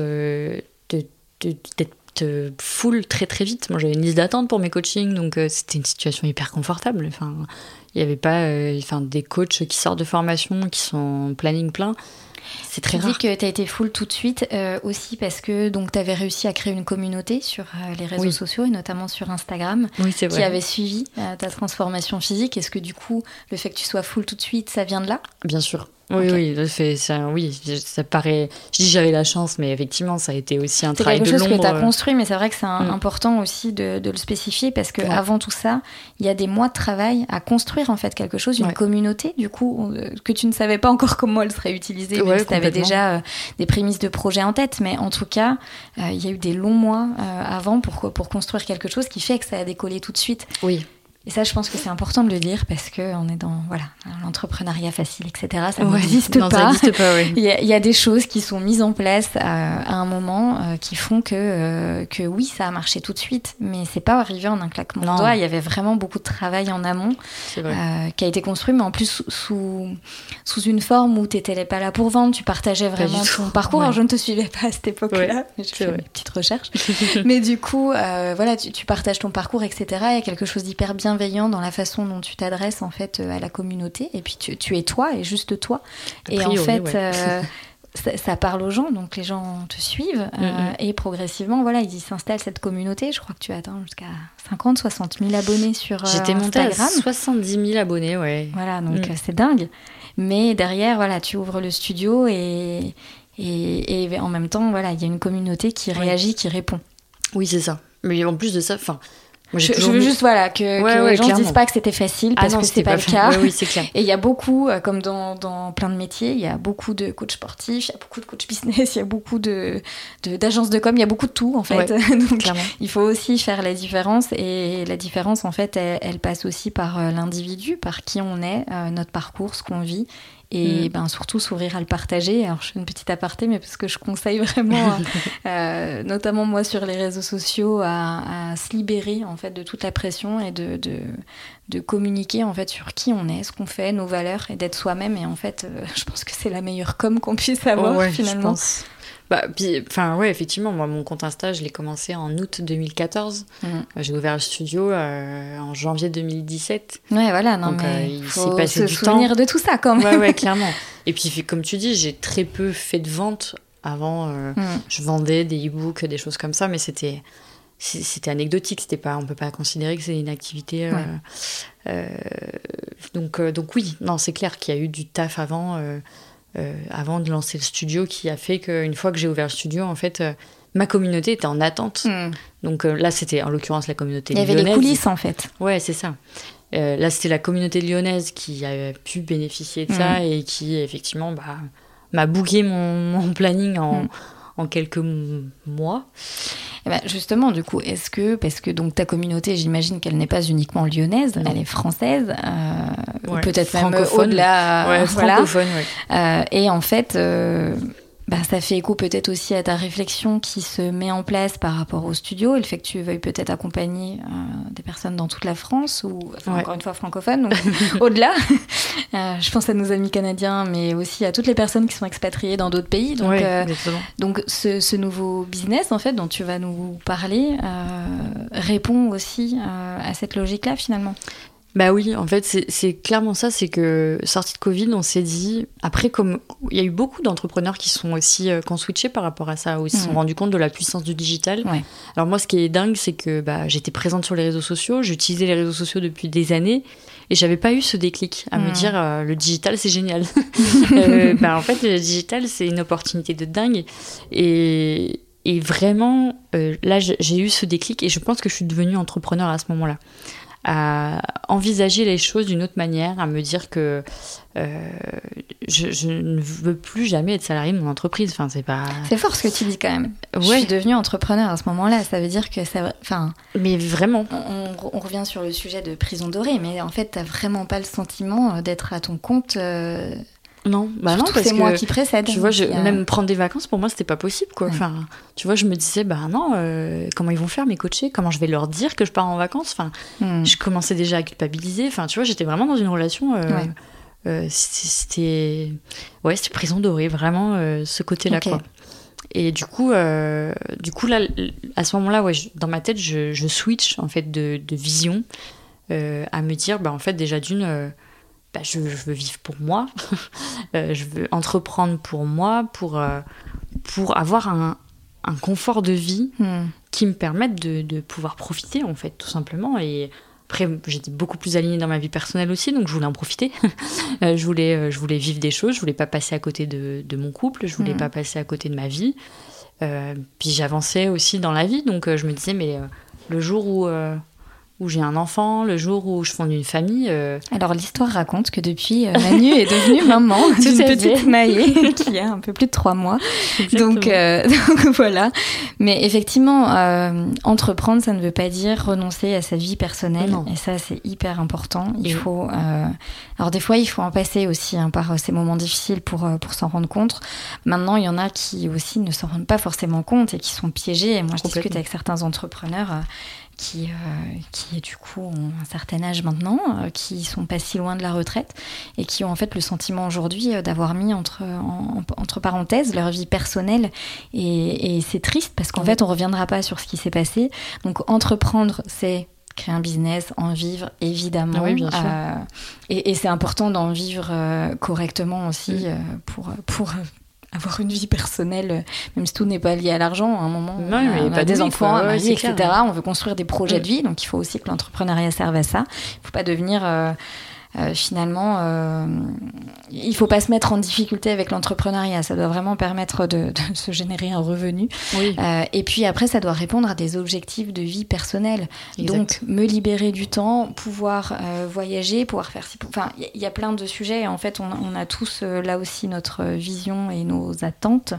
d'être full très très vite. Moi, j'avais une liste d'attente pour mes coachings, donc c'était une situation hyper confortable. Il n'y avait pas des coachs qui sortent de formation, qui sont en planning plein. C'est très rare. Tu dis que tu as été full tout de suite aussi parce que tu avais réussi à créer une communauté sur les réseaux sociaux et notamment sur Instagram c'est vrai. Qui avait suivi ta transformation physique. Est-ce que du coup, le fait que tu sois full tout de suite, ça vient de là ? Bien sûr. Oui, ça paraît... Je dis j'avais la chance, mais effectivement, ça a été aussi un travail de l'ombre. C'est quelque chose que tu as construit, mais c'est vrai que c'est important aussi de le spécifier parce qu'avant tout ça, il y a des mois de travail à construire en fait quelque chose, une communauté, du coup, que tu ne savais pas encore comment elle serait utilisée, même si tu avais déjà des prémices de projet en tête, mais en tout cas, il y a eu des longs mois avant pour construire quelque chose qui fait que ça a décollé tout de suite. Oui. Et ça, je pense que c'est important de le dire parce qu'on est dans l'entrepreneuriat facile, etc. Ça n'existe pas. Ça n'existe pas, oui. Il y a des choses qui sont mises en place à un moment qui font que oui, ça a marché tout de suite, mais c'est pas arrivé en un claquement de doigts. Il y avait vraiment beaucoup de travail en amont qui a été construit, mais en plus sous une forme où tu n'étais pas là pour vendre, tu partageais vraiment ton parcours. Alors, je ne te suivais pas à cette époque-là, mais je fais mes petites recherches. Mais du coup, tu partages ton parcours, etc. Il y a quelque chose d'hyper bienveillant dans la façon dont tu t'adresses en fait à la communauté, et puis tu es toi et juste toi. Et en fait, ça parle aux gens, donc les gens te suivent et progressivement, ils s'installent cette communauté. Je crois que tu atteins jusqu'à 50-60 000 abonnés sur Instagram. J'étais montée à 70 000 abonnés, ouais. Voilà, donc c'est dingue. Mais derrière, tu ouvres le studio et en même temps, il y a une communauté qui réagit, qui répond. Oui, c'est ça. Mais en plus de ça, moi, je veux juste que les gens ne disent pas que c'était facile parce que c'est pas le cas. Oui, c'est clair. Et il y a beaucoup, comme dans plein de métiers, il y a beaucoup de coachs sportifs, il y a beaucoup de coachs business, il y a beaucoup d'agences de com, il y a beaucoup de tout en fait. Donc clairement. Il faut aussi faire la différence, et la différence en fait, elle passe aussi par l'individu, par qui on est, notre parcours, ce qu'on vit. et surtout s'ouvrir à le partager. Alors je fais une petite aparté, mais parce que je conseille vraiment, notamment moi sur les réseaux sociaux, à se libérer en fait de toute la pression et de communiquer en fait sur qui on est, ce qu'on fait, nos valeurs, et d'être soi-même. Et en fait, je pense que c'est la meilleure com qu'on puisse avoir finalement. Je pense. Effectivement, moi, mon compte Insta, je l'ai commencé en août 2014. J'ai ouvert le studio en janvier 2017. Ouais, voilà. Donc, il s'est passé du temps. Se souvenir de tout ça, quand même. Ouais, clairement. Et puis, comme tu dis, j'ai très peu fait de vente. Avant, je vendais des e-books, des choses comme ça, mais c'était anecdotique. On peut pas considérer que c'est une activité. Donc oui, non, c'est clair qu'il y a eu du taf avant de lancer le studio, qui a fait qu'une fois que j'ai ouvert le studio, en fait, ma communauté était en attente. Donc là, c'était en l'occurrence la communauté lyonnaise. Il y avait les coulisses, en fait. Ouais, c'est ça. Là, c'était la communauté lyonnaise qui a pu bénéficier de ça et qui, effectivement, m'a booké mon planning en quelques mois. Et justement, du coup, parce que donc ta communauté, j'imagine qu'elle n'est pas uniquement lyonnaise, elle est française, peut-être même au-delà. Francophone, et en fait, ça fait écho peut-être aussi à ta réflexion qui se met en place par rapport au studio, et le fait que tu veuilles peut-être accompagner des personnes dans toute la France, ou encore une fois francophone, donc au-delà. Je pense à nos amis canadiens, mais aussi à toutes les personnes qui sont expatriées dans d'autres pays. Donc ce nouveau business, en fait, dont tu vas nous parler, répond aussi à cette logique-là, finalement. Bah oui, en fait, c'est clairement ça, c'est que sortie de Covid, on s'est dit, après, comme il y a eu beaucoup d'entrepreneurs qui sont aussi, qui ont switché par rapport à ça, où ils se sont rendus compte de la puissance du digital. Ouais. Alors moi, ce qui est dingue, c'est que j'étais présente sur les réseaux sociaux, j'utilisais les réseaux sociaux depuis des années, et j'avais pas eu ce déclic à me dire, le digital, c'est génial. En fait, le digital, c'est une opportunité de dingue, et vraiment, là, j'ai eu ce déclic, et je pense que je suis devenue entrepreneur à ce moment-là. À envisager les choses d'une autre manière, à me dire que je ne veux plus jamais être salariée de mon entreprise. Enfin, c'est fort ce que tu dis quand même. Ouais. Je suis devenue entrepreneur à ce moment-là. Ça veut dire que ça... Mais vraiment. On revient sur le sujet de prison dorée, mais en fait, t'as vraiment pas le sentiment d'être à ton compte... Non, non, parce c'est que moi qui précède. Tu vois, même prendre des vacances, pour moi, c'était pas possible, quoi. Enfin, tu vois, je me disais, non, comment ils vont faire, mes coachés? Comment je vais leur dire que je pars en vacances? Enfin, je commençais déjà à culpabiliser. Enfin, tu vois, j'étais vraiment dans une relation... c'était prison dorée, vraiment, ce côté-là, quoi. Et du coup, là, à ce moment-là, dans ma tête, je switch, en fait, de vision à me dire, en fait, déjà d'une... je veux vivre pour moi, je veux entreprendre pour moi, pour avoir un confort de vie qui me permette de pouvoir profiter, en fait, tout simplement. Et après, j'étais beaucoup plus alignée dans ma vie personnelle aussi, donc je voulais en profiter. Je voulais vivre des choses, je voulais pas passer à côté de mon couple, je voulais pas passer à côté de ma vie. Puis j'avançais aussi dans la vie, donc je me disais, mais le jour où j'ai un enfant, le jour où je fonde une famille... Alors, l'histoire raconte que depuis, Manu est devenue maman d'une petite Maë qui a un peu plus de 3 mois. Donc, voilà. Mais effectivement, entreprendre, ça ne veut pas dire renoncer à sa vie personnelle. Non. Et ça, c'est hyper important. Il faut... Alors, des fois, il faut en passer aussi par ces moments difficiles pour s'en rendre compte. Maintenant, il y en a qui aussi ne s'en rendent pas forcément compte et qui sont piégés. Et moi, je discute avec certains entrepreneurs... qui du coup ont un certain âge maintenant, qui sont pas si loin de la retraite et qui ont en fait le sentiment aujourd'hui d'avoir mis entre parenthèses leur vie personnelle et c'est triste parce qu'en fait on reviendra pas sur ce qui s'est passé. Donc entreprendre, c'est créer un business, en vivre évidemment. Oui, bien sûr. Et c'est important d'en vivre correctement aussi pour avoir une vie personnelle, même si tout n'est pas lié à l'argent, à un moment, on a des enfants, un mari, etc. On veut construire des projets de vie, donc il faut aussi que l'entrepreneuriat serve à ça. Il ne faut pas devenir... finalement, il ne faut pas se mettre en difficulté avec l'entrepreneuriat. Ça doit vraiment permettre de se générer un revenu. Oui. Et puis après, ça doit répondre à des objectifs de vie personnelle. Exact. Donc, me libérer du temps, pouvoir voyager, pouvoir faire... Enfin, il y a plein de sujets. En fait, on a tous là aussi notre vision et nos attentes.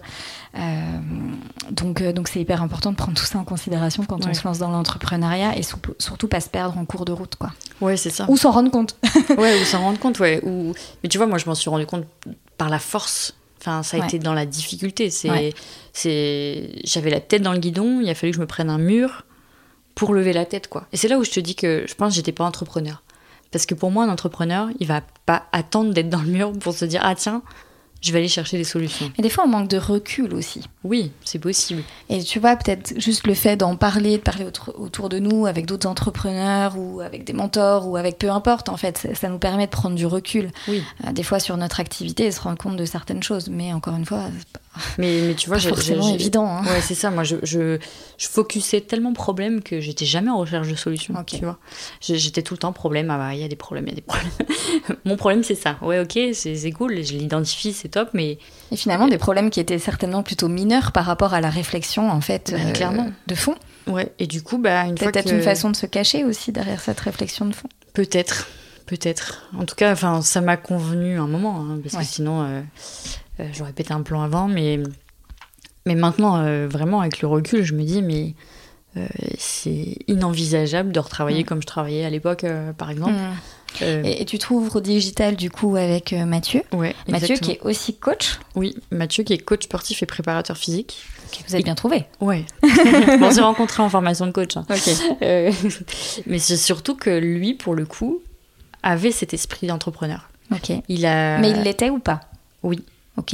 Donc, c'est hyper important de prendre tout ça en considération quand on se lance dans l'entrepreneuriat et surtout pas se perdre en cours de route, quoi. Ouais, c'est ça. Ou s'en rendre compte. Ouais, ou s'en rendre compte, ouais. Mais tu vois, moi, je m'en suis rendu compte par la force. Enfin, ça a été dans la difficulté. J'avais la tête dans le guidon, il a fallu que je me prenne un mur pour lever la tête, quoi. Et c'est là où je te dis que je pense que j'étais pas entrepreneur. Parce que pour moi, un entrepreneur, il va pas attendre d'être dans le mur pour se dire « Ah tiens, je vais aller chercher des solutions. » Mais des fois, on manque de recul aussi. Oui, c'est possible. Et tu vois, peut-être juste le fait d'en parler, de parler autour de nous avec d'autres entrepreneurs ou avec des mentors ou avec peu importe, en fait, ça nous permet de prendre du recul. Oui. Des fois, sur notre activité et se rendre compte de certaines choses. Mais encore une fois, mais tu vois, pas forcément évident. Hein. Ouais, c'est ça. Moi, je focusais tellement problème que j'étais jamais en recherche de solutions. Okay. Tu vois, j'étais tout le temps problème. Ah bah, il y a des problèmes, il y a des problèmes. Mon problème, c'est ça. Ouais, ok, c'est cool. Je l'identifie, c'est top, mais et finalement, des problèmes qui étaient certainement plutôt mineurs par rapport à la réflexion, en fait, clairement, de fond. Ouais. Et du coup, une fois peut-être une façon de se cacher aussi derrière cette réflexion de fond. Peut-être. En tout cas, ça m'a convenu un moment, hein, parce que sinon. J'aurais pété un plomb avant, mais maintenant, vraiment, avec le recul, je me dis, mais c'est inenvisageable de retravailler comme je travaillais à l'époque, par exemple. Et tu trouves au digital, du coup, avec Mathieu. Ouais, Mathieu, qui est aussi coach. Oui, Mathieu, qui est coach sportif et préparateur physique. Okay, vous avez bien trouvé. Ouais. On s'est rencontrés en formation de coach. Hein. Okay. Mais c'est surtout que lui, pour le coup, avait cet esprit d'entrepreneur. Ok. Mais il l'était ou pas? Oui. Ok.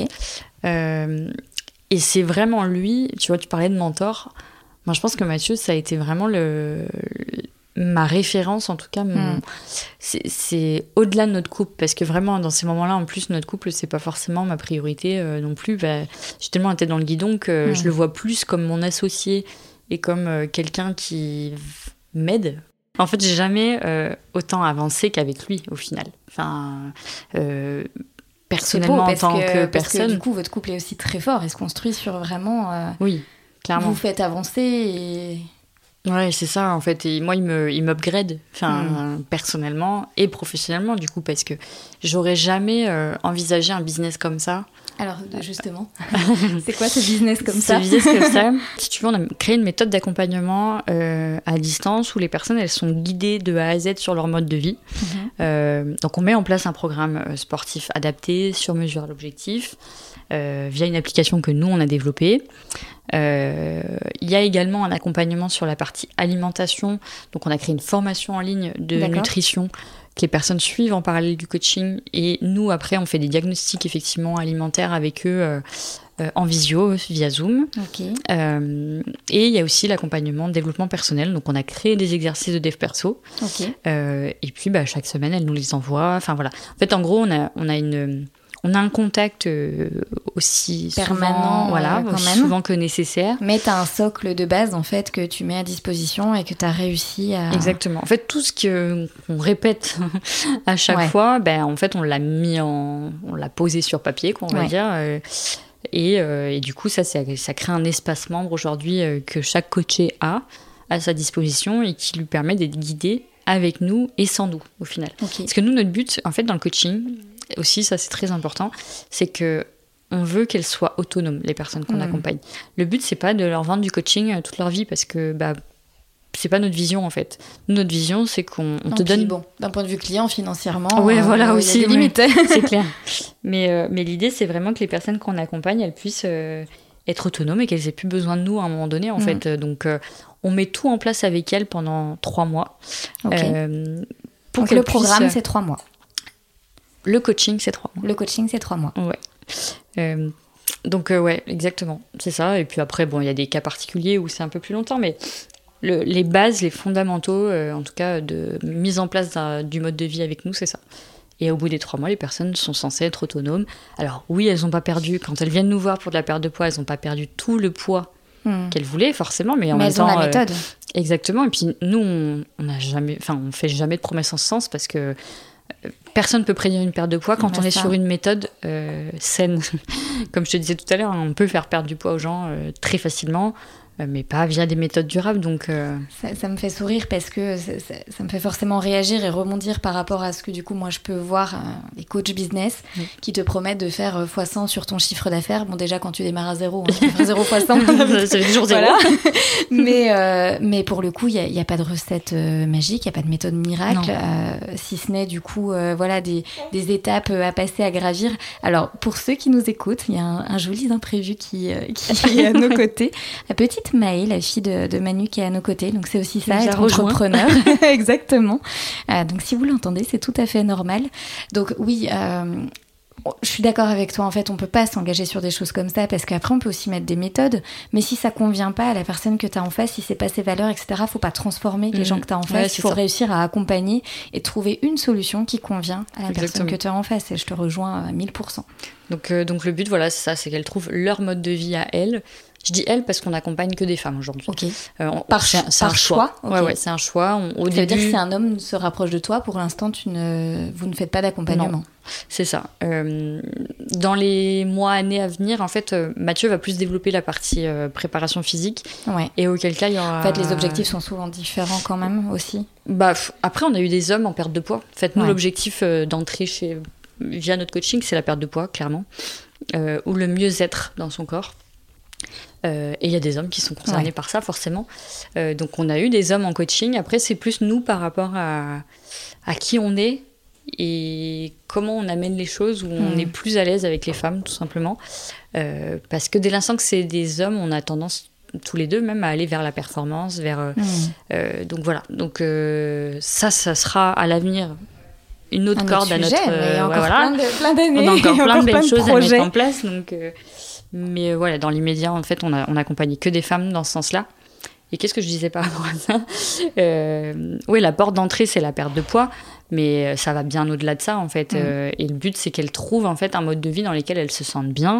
Et c'est vraiment lui, tu vois, tu parlais de mentor. Moi, je pense que Mathieu, ça a été vraiment ma référence, en tout cas. C'est au-delà de notre couple, parce que vraiment, dans ces moments-là, en plus, notre couple, c'est pas forcément ma priorité non plus. J'ai tellement la tête dans le guidon que je le vois plus comme mon associé et comme quelqu'un qui m'aide. En fait, j'ai jamais autant avancé qu'avec lui, au final. Enfin... personnellement, en tant que personne. Parce que du coup, votre couple est aussi très fort et se construit sur vraiment... oui, clairement. Vous faites avancer et... Ouais, c'est ça, en fait. Et moi, il m'upgrade, personnellement et professionnellement, du coup, parce que j'aurais jamais envisagé un business comme ça. Alors, justement, c'est quoi ce business comme ça? Ce business comme ça, si tu veux, on a créé une méthode d'accompagnement à distance où les personnes, elles sont guidées de A à Z sur leur mode de vie. Donc, on met en place un programme sportif adapté, sur mesure à l'objectif, via une application que nous, on a développée. Il y a également un accompagnement sur la partie alimentation. Donc, on a créé une formation en ligne de nutrition que les personnes suivent en parallèle du coaching. Et nous, après, on fait des diagnostics effectivement alimentaires avec eux en visio, via Zoom. Okay. Et il y a aussi l'accompagnement développement personnel. Donc, on a créé des exercices de dev perso. Okay. Et puis, chaque semaine, elle nous les envoie. Enfin, voilà. En fait, en gros, on a un contact aussi permanent, souvent que nécessaire. Mais tu as un socle de base, en fait, que tu mets à disposition et que tu as réussi à... Exactement. En fait, tout ce qu'on répète à chaque fois, en fait, on l'a posé sur papier, on va dire. Et du coup, ça crée un espace membre aujourd'hui que chaque coaché a à sa disposition et qui lui permet d'être guidé avec nous et sans nous, au final. Okay. Parce que nous, notre but, en fait, dans le coaching... aussi, ça c'est très important, c'est que on veut qu'elles soient autonomes, les personnes qu'on accompagne. Le but, c'est pas de leur vendre du coaching toute leur vie, parce que c'est pas notre vision en fait. Notre vision, c'est qu'on te donne... Bon, d'un point de vue client, financièrement, aussi, il y a des limites. C'est clair. Mais l'idée, c'est vraiment que les personnes qu'on accompagne, elles puissent être autonomes et qu'elles aient plus besoin de nous à un moment donné en fait. Donc, on met tout en place avec elles pendant 3 mois. Okay. Donc le programme, c'est 3 mois. Le coaching, c'est 3 mois. Le coaching, c'est 3 mois. Ouais. Donc, ouais, exactement. C'est ça. Et puis après, il y a des cas particuliers où c'est un peu plus longtemps, mais les bases, les fondamentaux, en tout cas, de mise en place du mode de vie avec nous, c'est ça. Et au bout des 3 mois, les personnes sont censées être autonomes. Alors, oui, elles n'ont pas perdu, quand elles viennent nous voir pour de la perte de poids, elles n'ont pas perdu tout le poids qu'elles voulaient, forcément, mais en même temps... elles ont la méthode. Exactement. Et puis, nous, on fait jamais de promesses en ce sens, parce que personne ne peut prédire une perte de poids quand on est sur une méthode saine. Comme je te disais tout à l'heure, on peut faire perdre du poids aux gens très facilement. mais pas via des méthodes durables. Donc, ça me fait sourire parce que ça me fait forcément réagir et rebondir par rapport à ce que du coup moi je peux voir les coachs business qui te promettent de faire x100 sur ton chiffre d'affaires. Bon, déjà quand tu démarres à zéro, tu fais 0 x 100, ça fait toujours zéro. Voilà. Mais pour le coup, il n'y a pas de recette magique, il n'y a pas de méthode miracle, si ce n'est du coup voilà, des étapes à passer, à gravir. Alors pour ceux qui nous écoutent, il y a un joli imprévu qui est à nos côtés. La petite Maë, la fille de Manu qui est à nos côtés. Donc c'est aussi ça, être entrepreneur. Exactement. Donc si vous l'entendez, c'est tout à fait normal. Donc oui, je suis d'accord avec toi. En fait, on peut pas s'engager sur des choses comme ça parce qu'après, on peut aussi mettre des méthodes. Mais si ça convient pas à la personne que tu as en face, si c'est pas ses valeurs, etc., faut pas transformer les gens que tu as en face. Il faut réussir à accompagner et trouver une solution qui convient à la personne que tu as en face. Et je te rejoins à 1000%. Donc le but, voilà, c'est ça, c'est qu'elles trouvent leur mode de vie à elles. Je dis elles parce qu'on n'accompagne que des femmes aujourd'hui. Ok. C'est un choix. Okay. Ouais, c'est un choix. Ça veut dire que si un homme se rapproche de toi, pour l'instant, vous ne faites pas d'accompagnement. Non, c'est ça. Dans les mois, années à venir, en fait, Mathieu va plus développer la partie préparation physique. Ouais. Et auquel cas, il y aura... En fait, les objectifs sont souvent différents quand même aussi. Après, on a eu des hommes en perte de poids. En fait, nous, l'objectif d'entrer via notre coaching, c'est la perte de poids, clairement. Ou le mieux-être dans son corps. Et il y a des hommes qui sont concernés par ça, forcément. Donc, on a eu des hommes en coaching. Après, c'est plus nous par rapport à qui on est et comment on amène les choses, où on est plus à l'aise avec les femmes, tout simplement. Parce que dès l'instant que c'est des hommes, on a tendance, tous les deux, même à aller vers la performance, donc voilà. Donc, ça sera à l'avenir une autre corde à notre... mais encore plein d'années. On a encore plein de belles choses à mettre en place, donc... Mais voilà, dans l'immédiat, en fait, on accompagnait que des femmes dans ce sens-là. Et qu'est-ce que je disais par rapport à ça ? Oui, la porte d'entrée, c'est la perte de poids, mais ça va bien au-delà de ça, en fait. Et le but, c'est qu'elles trouvent, en fait, un mode de vie dans lequel elles se sentent bien,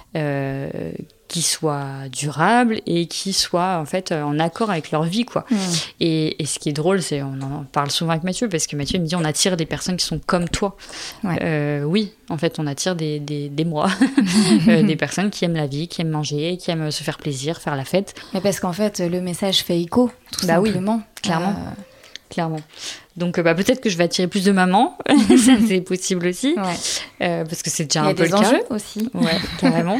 qui soit durable et qui soit, en fait, en accord avec leur vie, quoi. Et ce qui est drôle, c'est, on en parle souvent avec Mathieu, parce que Mathieu me dit, on attire des personnes qui sont comme toi. Oui, en fait, on attire des moi, des personnes qui aiment la vie, qui aiment manger, qui aiment se faire plaisir, faire la fête. Mais parce qu'en fait, le message fait écho, tout simplement. Oui, clairement. Clairement. Donc peut-être que je vais attirer plus de mamans, ça c'est possible aussi, parce que c'est déjà un peu le cas. Il y a des enjeux aussi. Ouais, carrément.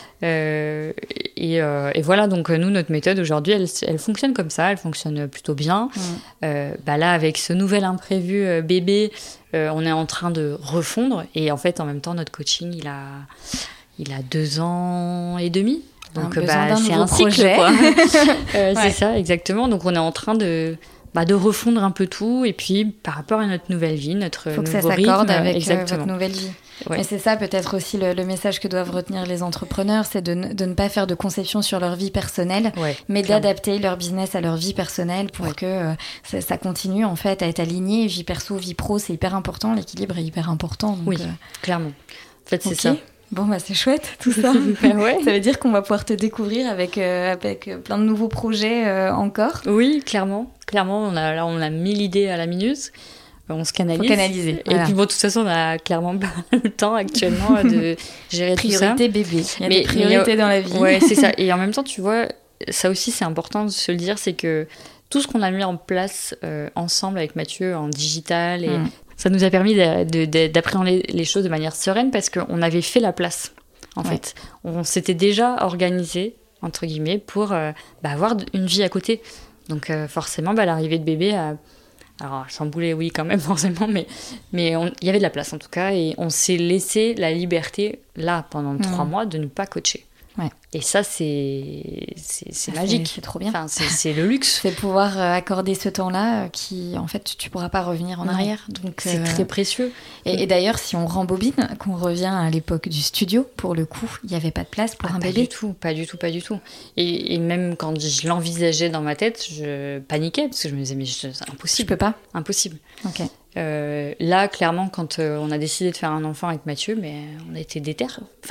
Et voilà, donc nous, notre méthode aujourd'hui, elle fonctionne comme ça, elle fonctionne plutôt bien. Là, avec ce nouvel imprévu bébé, on est en train de refondre, et en fait, en même temps, notre coaching, il a 2 ans et demi. Donc c'est un cycle, quoi. C'est ça, exactement. Donc on est en train de refondre un peu tout, et puis par rapport à notre nouvelle vie, notre nouveau rythme. Faut que ça s'accorde avec votre nouvelle vie. Ouais. Et c'est ça peut-être aussi le message que doivent retenir les entrepreneurs, c'est de ne pas faire de conception sur leur vie personnelle, mais d'adapter leur business à leur vie personnelle pour que ça continue en fait à être aligné. Vie perso, vie pro, c'est hyper important, l'équilibre est hyper important. Donc, clairement. En fait, c'est ça. Bon, c'est chouette tout ça. Ça veut dire qu'on va pouvoir te découvrir avec plein de nouveaux projets encore. Oui, clairement. Clairement, on a 1000 idées à la minute. On se canalise. Faut canaliser. Et puis, de toute façon, on a clairement pas le temps actuellement de gérer tout ça. Priorité bébé. Il y a des priorités dans la vie. Ouais, c'est ça. Et en même temps, tu vois, ça aussi, c'est important de se le dire, c'est que tout ce qu'on a mis en place ensemble avec Mathieu en digital, et ça nous a permis d'appréhender les choses de manière sereine, parce qu'on avait fait la place, en fait. On s'était déjà organisé, entre guillemets, pour avoir une vie à côté. Donc forcément, l'arrivée de bébé alors chamboulé, oui, quand même, forcément, mais il y avait de la place, en tout cas, et on s'est laissé la liberté, là, pendant 3 mois, de ne pas coacher. Ouais. Et ça, c'est magique. C'est trop bien. Enfin, c'est le luxe. C'est pouvoir accorder ce temps-là qui, en fait, tu pourras pas revenir en arrière. Donc, c'est très précieux. Et d'ailleurs, si on rembobine, qu'on revient à l'époque du studio, pour le coup, il n'y avait pas de place pour un bébé. Pas du tout. Et même quand je l'envisageais dans ma tête, je paniquais, parce que je me disais, mais c'est impossible. Je peux pas. Impossible. Ok. Là, clairement, quand on a décidé de faire un enfant avec Mathieu, mais on était déter.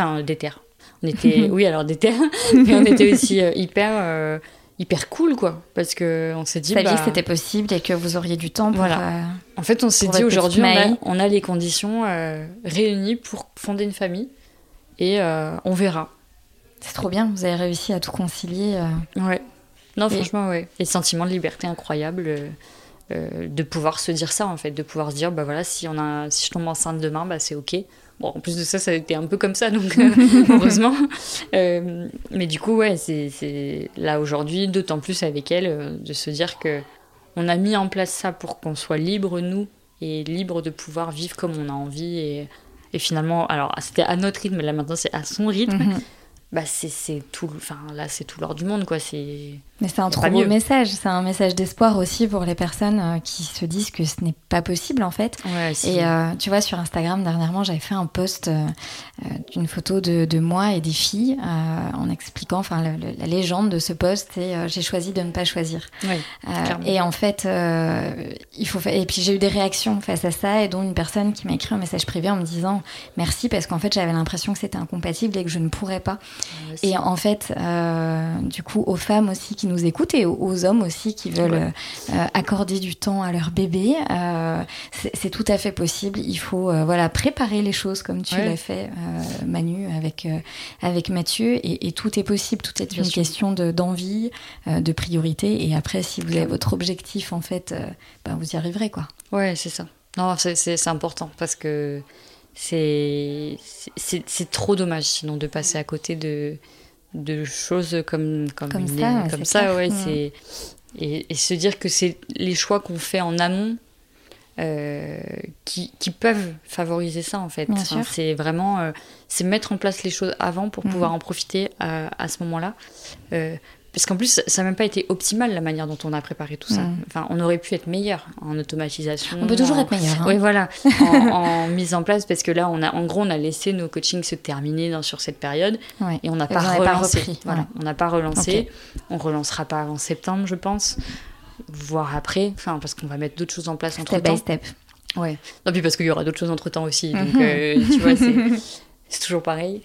On était, oui, alors déter, mais on était aussi hyper cool, quoi, parce que on s'est dit, que c'était possible et que vous auriez du temps pour. Voilà. En fait, on s'est dit aujourd'hui, on a les conditions réunies pour fonder une famille, et on verra. C'est trop bien, vous avez réussi à tout concilier. Ouais. Non, franchement, ouais. Et sentiment de liberté incroyable de pouvoir se dire ça, en fait. De pouvoir se dire, bah voilà, si je tombe enceinte demain, bah c'est OK. Bon, en plus de ça, ça a été un peu comme ça, donc heureusement. Mais du coup, ouais, c'est là aujourd'hui, d'autant plus avec elle, de se dire que on a mis en place ça pour qu'on soit libre, nous, et libre de pouvoir vivre comme on a envie. Et finalement, alors c'était à notre rythme, là maintenant c'est à son rythme. Bah c'est tout, enfin là c'est tout l'or du monde, quoi. Mais c'est un trop beau message, c'est un message d'espoir aussi pour les personnes qui se disent que ce n'est pas possible en fait. Ouais, et tu vois, sur Instagram dernièrement j'avais fait un post d'une photo de moi et des filles en expliquant, enfin la légende de ce post, c'est j'ai choisi de ne pas choisir. Ouais, et en fait et puis j'ai eu des réactions face à ça, et dont une personne qui m'a écrit un message privé en me disant merci, parce qu'en fait j'avais l'impression que c'était incompatible et que je ne pourrais pas. Et en fait du coup, aux femmes aussi qui nous écoutent, et aux hommes aussi qui veulent accorder du temps à leur bébé, c'est tout à fait possible. Il faut préparer les choses comme tu l'as fait, Manu, avec Mathieu, et tout est possible. Tout est une question d'envie, de priorité, et après si vous avez votre objectif en fait, vous y arriverez, quoi. Ouais, c'est ça. Non, c'est important, parce que c'est trop dommage sinon de passer à côté de choses comme ça, ouais. C'est et se dire que c'est les choix qu'on fait en amont qui peuvent favoriser ça, en fait. Enfin, c'est vraiment c'est mettre en place les choses avant pour pouvoir en profiter à ce moment-là, parce qu'en plus ça n'a même pas été optimal la manière dont on a préparé tout ça. Enfin, on aurait pu être meilleur en automatisation. On peut toujours être meilleur, hein. Oui, voilà, en mise en place, parce que là on a laissé nos coachings se terminer sur cette période, et on n'a pas relancé. Voilà, on n'a pas relancé. Okay. On relancera pas avant septembre, je pense, voire après, parce qu'on va mettre d'autres choses en place entre temps. Step by step. Ouais. Non, puis parce qu'il y aura d'autres choses entre temps aussi, donc tu vois, c'est toujours pareil,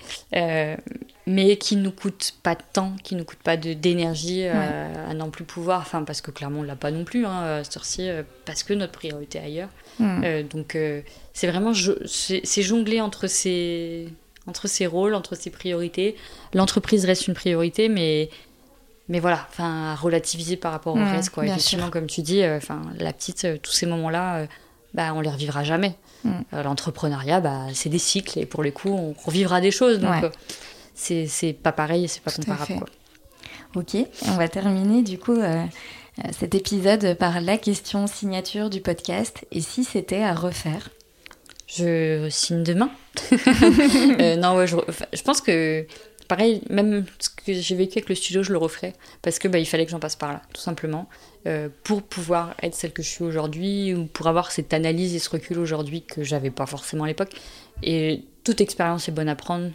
mais qui nous coûte pas de temps, qui nous coûte pas d'énergie à n'en plus pouvoir, parce que clairement on l'a pas non plus, cette heure-ci, parce que notre priorité est ailleurs. Donc c'est vraiment c'est jongler entre ces rôles, entre ces priorités. L'entreprise reste une priorité, mais voilà, à relativiser par rapport au reste, quoi. Effectivement, comme tu dis, la petite, tous ces moments-là, on les revivra jamais. L'entrepreneuriat, c'est des cycles, et pour le coup on revivra des choses, donc c'est pas pareil, c'est pas comparable, quoi. Ok, on va terminer du coup cet épisode par la question signature du podcast. Et si c'était à refaire? Je signe demain. Non, ouais, je pense que pareil, même ce que j'ai vécu avec le studio, je le referais, parce que il fallait que j'en passe par là, tout simplement, pour pouvoir être celle que je suis aujourd'hui, ou pour avoir cette analyse et ce recul aujourd'hui que j'avais pas forcément à l'époque. Et toute expérience est bonne à prendre.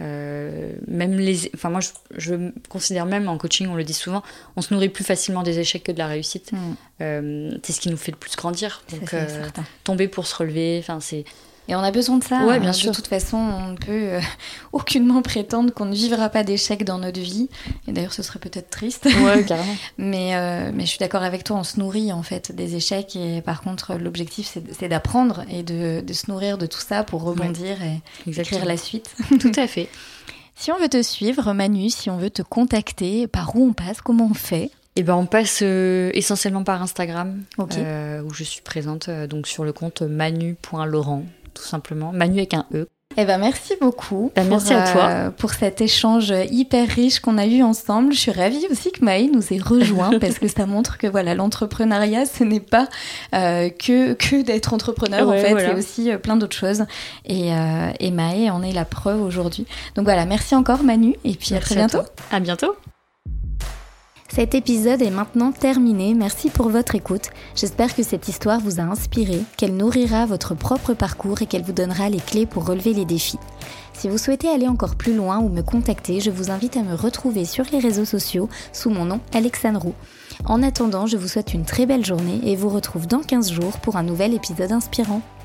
Même moi, je considère, même en coaching, on le dit souvent, on se nourrit plus facilement des échecs que de la réussite. C'est ce qui nous fait le plus grandir. Donc tomber pour se relever, c'est... Et on a besoin de ça. Ouais, bien sûr. De toute façon, on ne peut aucunement prétendre qu'on ne vivra pas d'échecs dans notre vie. Et d'ailleurs, ce serait peut-être triste. Ouais, carrément. mais je suis d'accord avec toi, on se nourrit en fait des échecs. Et par contre, l'objectif, c'est d'apprendre et de se nourrir de tout ça pour rebondir et écrire la suite. Tout à fait. Si on veut te suivre, Manu, si on veut te contacter, par où on passe, comment on fait ? On passe essentiellement par Instagram, okay. Où je suis présente donc sur le compte manu.laurent. Tout simplement, Manu avec un E. Merci beaucoup. Merci à toi. Pour cet échange hyper riche qu'on a eu ensemble. Je suis ravie aussi que Maë nous ait rejoints, parce que ça montre que l'entrepreneuriat, ce n'est pas que d'être entrepreneur, en fait. Voilà. C'est aussi plein d'autres choses. Et Maë en est la preuve aujourd'hui. Donc merci encore, Manu. Et puis à très bientôt. À bientôt. Cet épisode est maintenant terminé, merci pour votre écoute. J'espère que cette histoire vous a inspiré, qu'elle nourrira votre propre parcours et qu'elle vous donnera les clés pour relever les défis. Si vous souhaitez aller encore plus loin ou me contacter, je vous invite à me retrouver sur les réseaux sociaux sous mon nom Alexandre Roux. En attendant, je vous souhaite une très belle journée et vous retrouve dans 15 jours pour un nouvel épisode inspirant.